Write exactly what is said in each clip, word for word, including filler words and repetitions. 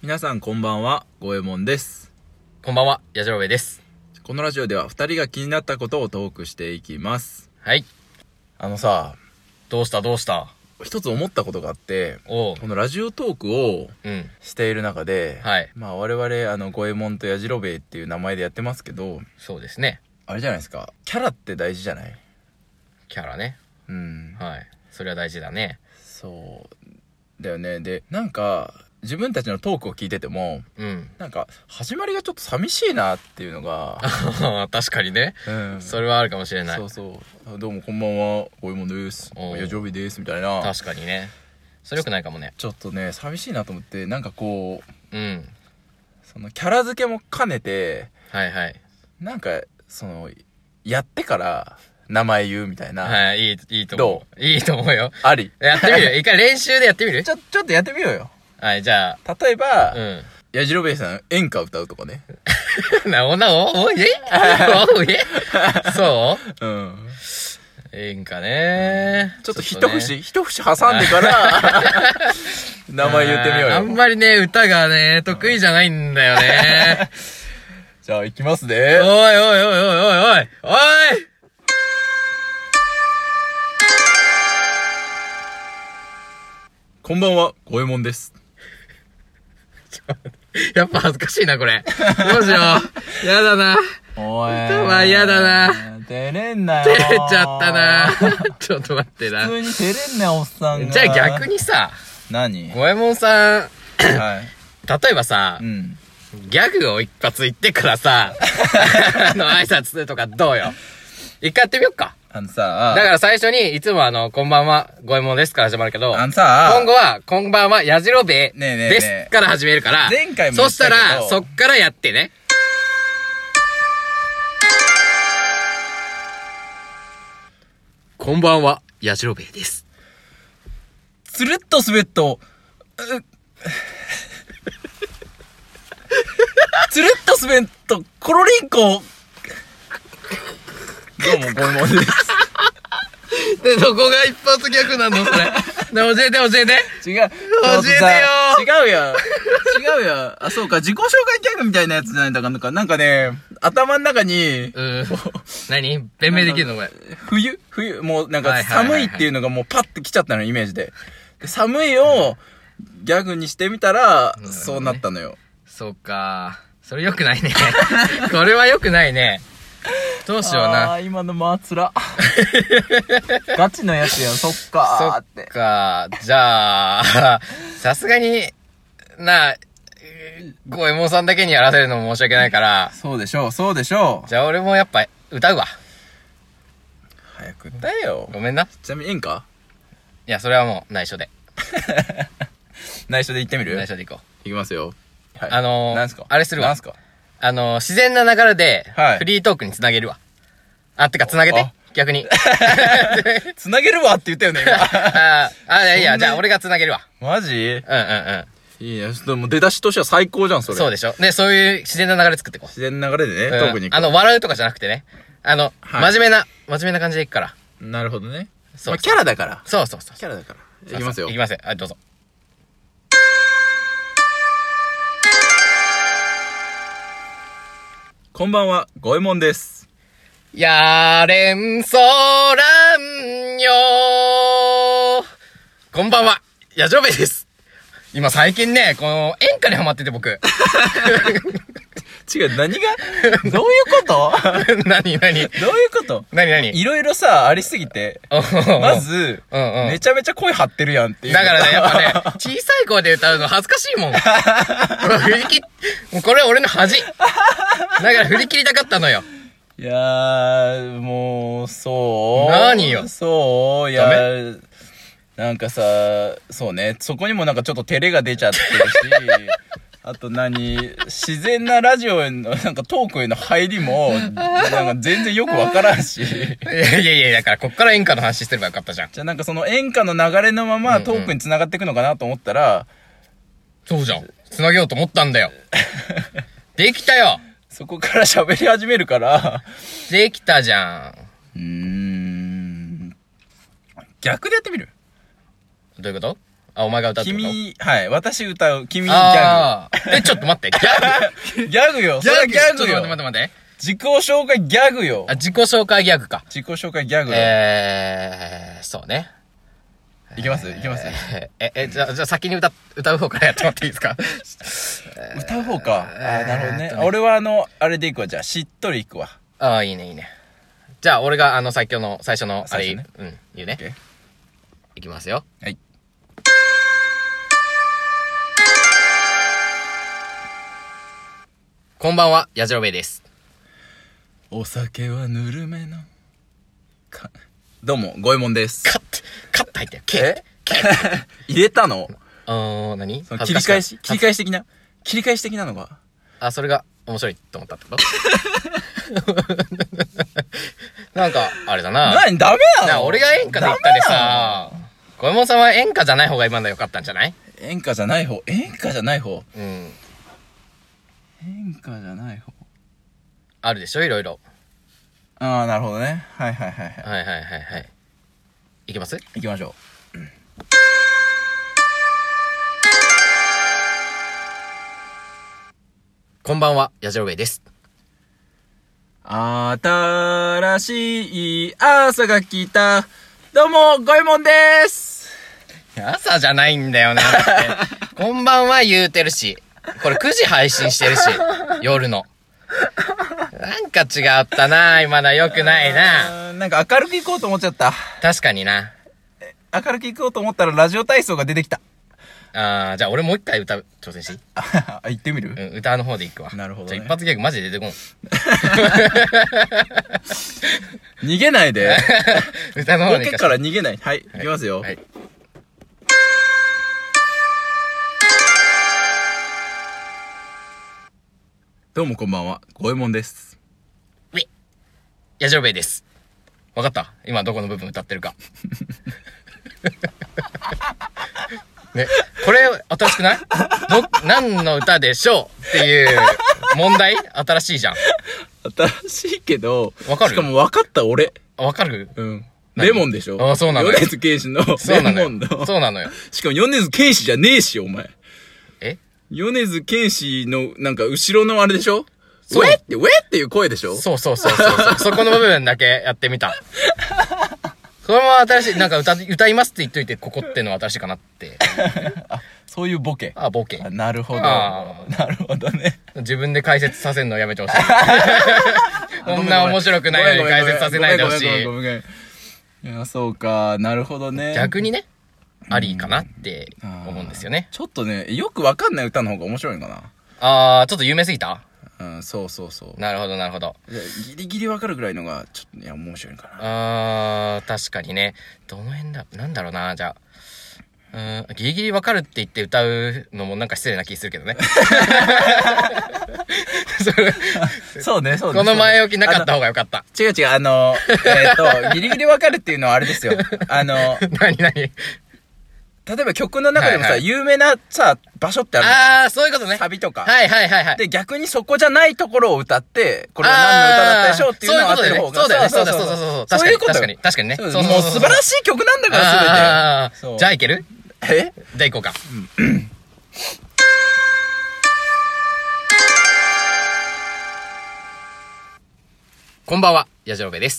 皆さんこんばんは、ごえもんです。 こんばんは、やじろべえです。 このラジオではふたりが気になったことをトークしていきます。 はい。 あのさ、 どうしたどうした一つ思ったことがあって、 おう。 このラジオトークをうん。 している中で、 はい。 まあ我々あのごえもんとやじろべえっていう名前でやってますけど、 そうですね。 あれじゃないですか、キャラって大事じゃない？ キャラね。 うん。 はい。それは大事だね。 そうだよね。で、なんか自分たちのトークを聞いてても、 うん。 なんか始まりがちょっと寂しいなっていうのが、 確かにね。 うん、 それはあるかもしれない。 そうそう、どうもこんばんは、ごえもんです、 おうやじろべえですみたいな、 確かにね。それ良くないかもね。 ちょっとね寂しいなと思って、なんかこう、 うん。 そのキャラ付けも兼ねて、 はいはい。 なんかそのやってから名前言うみたいな、 はい、いい、いいと思う。いいと思うよ。 あり？ やってみる？一回練習でやってみる？ ちょちょっとやってみようよ。 はい、じゃあ。 例えば、 うん。 やじろべえさん演歌歌うとかね。 な、おな、お、おいえおいえそううん。 演歌ね。 ちょっと一節、一節挟んでから名前言ってみようよ。 あんまりね、歌がね、得意じゃないんだよね。 じゃあ行きますおいね。 おいおいおいおいおいおいこんばんは、ごえもんです。 やっぱ恥ずかしいな、これ。どうしよう。やだな。 おい。 歌は嫌だな。 照れんなよ。 照れちゃったな。ちょっと待ってな。 普通に照れんなよ、おっさんが。 じゃあ逆にさ、 何？ ごえもんさん、 はい。 例えばさ、 うん。 ギャグを一発言ってからさ、あの、挨拶するとかどうよ。一回やってみよっか。 あのさ、 だから最初に、いつもあの、こんばんは、ごえもんですから始まるけど、 あのさ、 今後は、こんばんは、やじろべえねえねえねえですから始めるから、 前回も言そったけどしたら、そっからやってね。こんばんは、やじろべえです。 つるっと滑っと、つるっと滑っと、コロリンコ。どうも、ごえもんです。 で、どこが一発ギャグなのそれ。ね、教えて教えて。 違う。 教えてよ違うやん。違うやん。あ、そうか。自己紹介ギャグみたいなやつじゃないんだかなんか、なんかね、頭の中に、 うん。何弁明できるのこれ。 冬冬もうなんかはいはいはいはい寒いっていうのがもうパッて来ちゃったの、イメージで。で寒いをギャグにしてみたら、 うんそうなったのよ。 そうか。それ良くないね。これは良くないね。どうしようあな。 あ、今のまあつら。ガチのやつやん、そっかーそっって。 か。じゃあ、さすがに、なあ、ごえもんさんだけにやらせるのも申し訳ないから、 そうでしょう、そうでしょう。 じゃあ俺もやっぱ歌うわ。 早く歌えよ。 ごめんな。 ちなみに演歌？ いや、それはもう内緒で。 内緒で言ってみる？ 内緒でいこう。 いきますよ。はい。 あのー、 なんすか？ あれするわ。 なんすか？ あのー、自然な流れで、 はいフリートークにつなげるわ。あ、てかつなげてあ。 逆に。 つなげるわって言ったよね、今。 ああ、いやいや、 そんなじゃあ俺がつなげるわ。 マジ？ うんうんうん。 いいね。でも出だしとしては最高じゃん、それ。 そうでしょ。で、そういう自然な流れ作っていこ自然な流れでね、 う。 トークに行く。 うんあの、笑うとかじゃなくてね。あの、 はい真面目な、真面目な感じでいくから。 なるほどね。 そうまあ、キャラだから。 そうそうそう。 キャラだから。いきますよいき。ますよ。はい、どうぞ。 こんばんは、ごえもんです。 やれんそらんよー。こんばんは、やじろべえです。今最近ね、この演歌にハマってて僕。 違う、何がどういうこと何何どういうこと何何いろいろさ、ありすぎて。まず、 うんうんめちゃめちゃ声張ってるやんっていう。 だからね、やっぱね、小さい声で歌うの恥ずかしいもん。振り切っ、もうこれ俺の恥。だから振り切りたかったのよ。 いやー、もう、そう何よそういやダー、なんかさ、そうね、そこにもなんかちょっと照れが出ちゃってるし、あと何、自然なラジオへの、なんかトークへの入りも、なんか全然よくわからんし。 いやいやいや、だからこっから演歌の話すればよかったじゃん。 じゃあなんかその演歌の流れのままトークに繋がっていくのかなと思ったら、 そうじゃん。繋げようと思ったんだよ。できたよ。 そこから喋り始めるから、 できたじゃん。 うーん、逆でやってみる？ どういうこと？ あ、お前が歌うってこと？ 君、はい。私歌う。君ギャあーえ、ちょっと待って。ギャグ。ギャグよ。それはギャグよ。 ちょっと待って待って待って。 自己紹介ギャグよ。 あ、自己紹介ギャグか。 自己紹介ギャグよ。 えー、そうね。 いけますいけますえ、え、え、じゃあ、じゃあ先に歌、歌う方からやってもらっていいですか？ 歌う方か。あー、なるほどね。 えーっとね俺はあの、あれでいくわ。じゃあ、しっとりいくわ。 ああ、いいね、いいね。じゃあ、俺があの、最強の、最初の、あれ、 最初ねうん、言うね。 OK いきますよ。 はい。 こんばんは、やじろべえです。 お酒はぬるめの。か、どうも、ごえもんです。 カッて、カッて入ってよ。ケえ入れたのあー、何その切り返し切りえ返し的な切り返し的なのが。 あ、それが面白いと思ったってことなんか、あれだな。 なにダメななの俺が演歌で言ったでさ、小山さんは演歌じゃない方が今の良かったんじゃない？ 演歌じゃない方。演歌じゃない方。 うん。 演歌じゃない方。 あるでしょいろいろ。 ああ、なるほどね。はいはいはいはい。 はいはいはいはい。いきます？ 行きましょう。 こんばんは、やじろべえです。 新しい朝が来た。どうも、ごえもんです。 朝じゃないんだよな。だってこんばんは言うてるし。これくじ配信してるし。夜の。なんか違ったな今の良くないな。 あーなんか明るく行こうと思っちゃった。 確かにな。 明るく行こうと思ったらラジオ体操が出てきた。 あー、じゃあ俺もう一回歌う、挑戦していい？ あ、行ってみる？ うん、歌の方でいくわ。 なるほどねじゃあ一発ギャグマジで出てこん。 逃げないで。 歌の方でいかボケから逃げない。はい、行きますよ。 はい。 どうもこんばんは、ごえもんです。 ウィやじろべえです。わかった？今どこの部分歌ってるか。ね、これ新しくない？ど、何の歌でしょうっていう問題新しいじゃん。 新しいけど、 わかる？ しかも分かった俺。 わかる？ うん。レモンでしょ？ あ、そうなのよ。 米津玄師のレそうなのよモンの。 そうなのよ。 しかも米津玄師じゃねえし、お前。 え？ 米津玄師の、なんか後ろのあれでしょ？ウそうェって、ウェっていう声でしょ？ そうそうそうそうそう。そこの部分だけやってみた。それも新しい、なんか歌、歌いますって言っといて、ここってのは新しいかなって。 あ、そういうボケ。 あ、ボケあ。なるほど。 あなるほどね。 自分で解説させるのやめてほしい。こんな面白くないのに解説させないでほしい。 ごめんごめんごめんごめんごめん。いや、そうか。なるほどね。 逆にね、ありかなって思うんですよね。 ちょっとね、よくわかんない歌の方が面白いのかあー、ちょっと有名すぎた？ な。うん、そうそうそう。 なるほどなるほど。 いやギリギリわかるぐらいのが、ちょっとね、面白いかな。 あー、確かにね。どの辺だ、なんだろうな、じゃあ。うーん、ギリギリわかるって言って歌うのもなんか失礼な気するけどね。それそうね、そうね。 この前置きなかった方がよかった。 違う違う、あの、えっと、ギリギリわかるっていうのはあれですよ。あの、 何何例えば曲の中でもさ、 はいはい有名なさ、場所ってあるあー、そういうことのね。 サビとか。 はいはいはいはい。 で、逆にそこじゃないところを歌って、これは何の歌だったでしょうっていうのを当てる方が。 そうだよね。そうだよね。そうそうそうそう。 そういうこと確かに。確かにね。 そうもう素晴らしい曲なんだから、 あすべて。 ーじゃあいける？ えじゃあ行こうか。こんばんは、やじろべえです。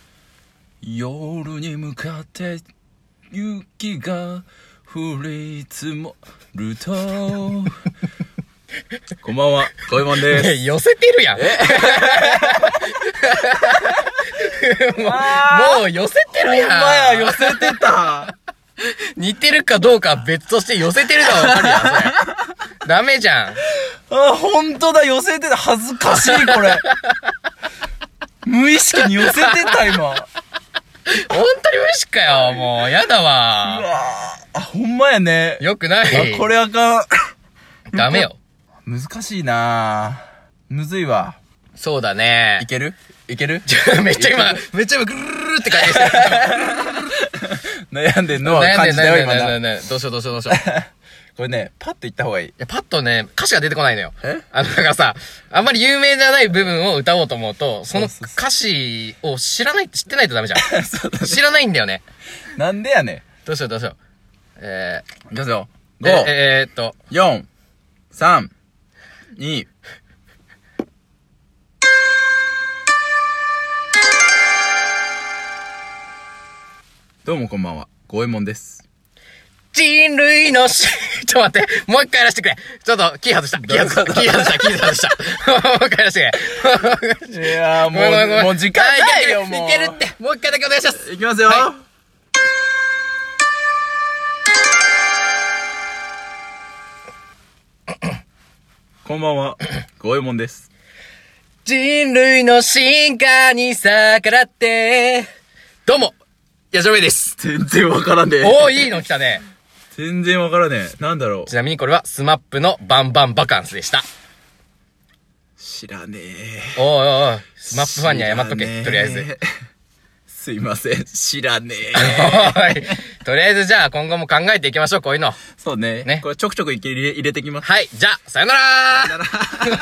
夜に向かって雪が降り積もるとこんばんは、こいもんです。 寄せてるやん。もう、もう寄せてるやん。 ほんまや、寄せてた。 似てるかどうかは別として寄せてるのはわかるやん、それ。ダメじゃん。 あ、ほんとだ、寄せてた。恥ずかしい、これ。無意識に寄せてた、今。 ほんとに無意識かよ、もう。やだうわ。 わあ、ほんまやね。 よくない。 あ、これあかん。 ダメよ。 難しいなぁ。むずいわ。 そうだねい。けるいけるめっちゃ今、めっちゃ今、ぐるるって感じしてる。 悩んでんのは悩んで感じたよ、今悩んで悩んな。 でどうしようどうしようどうしよう。いこれね、パッと言った方がいい。 や、パッとね、歌詞が出てこないのよ。 えあの、だからさ、あんまり有名じゃない部分を歌おうと思うと、そのそうそうそう歌詞を知らない、知ってないとダメじゃん。 そうだね知らないんだよね。 なんでやねん。 どうしようどうしよう。 えいきますよ。 ー、 ご、 えーっと、 よん、さん、に、どうもこんばんは、ごえもんです。 人類のし、ちょっと待って、もう一回やらせてくれ。ちょっと、キー外した。キー外した。キー外した。キー外した。もう一回やらせてくれ。 いやーもごめんごめんごめう、 んもう時間ないよ、 いもう。 けるって。もう一回だけお願いします。 いきますよ、 はこんばんは、ごえもんです。 人類の進化に逆らって、どうも、やじょべです。 全然わからねえ。 おー、いいの来たね。 全然わからねえ。なんだろう。 ちなみにこれはスマップのバンバンバカンスでした。 知らねえ。 おいおいおい、スマップファンには謝っとけ、 知らねえとりあえず。 すいません、知らねえ。 おい、とりあえずじゃあ今後も考えていきましょう、こういうの。 そうね。 ねこれちょくちょく入れ入れてきます。 はい、じゃあ、さよならー。 さよなら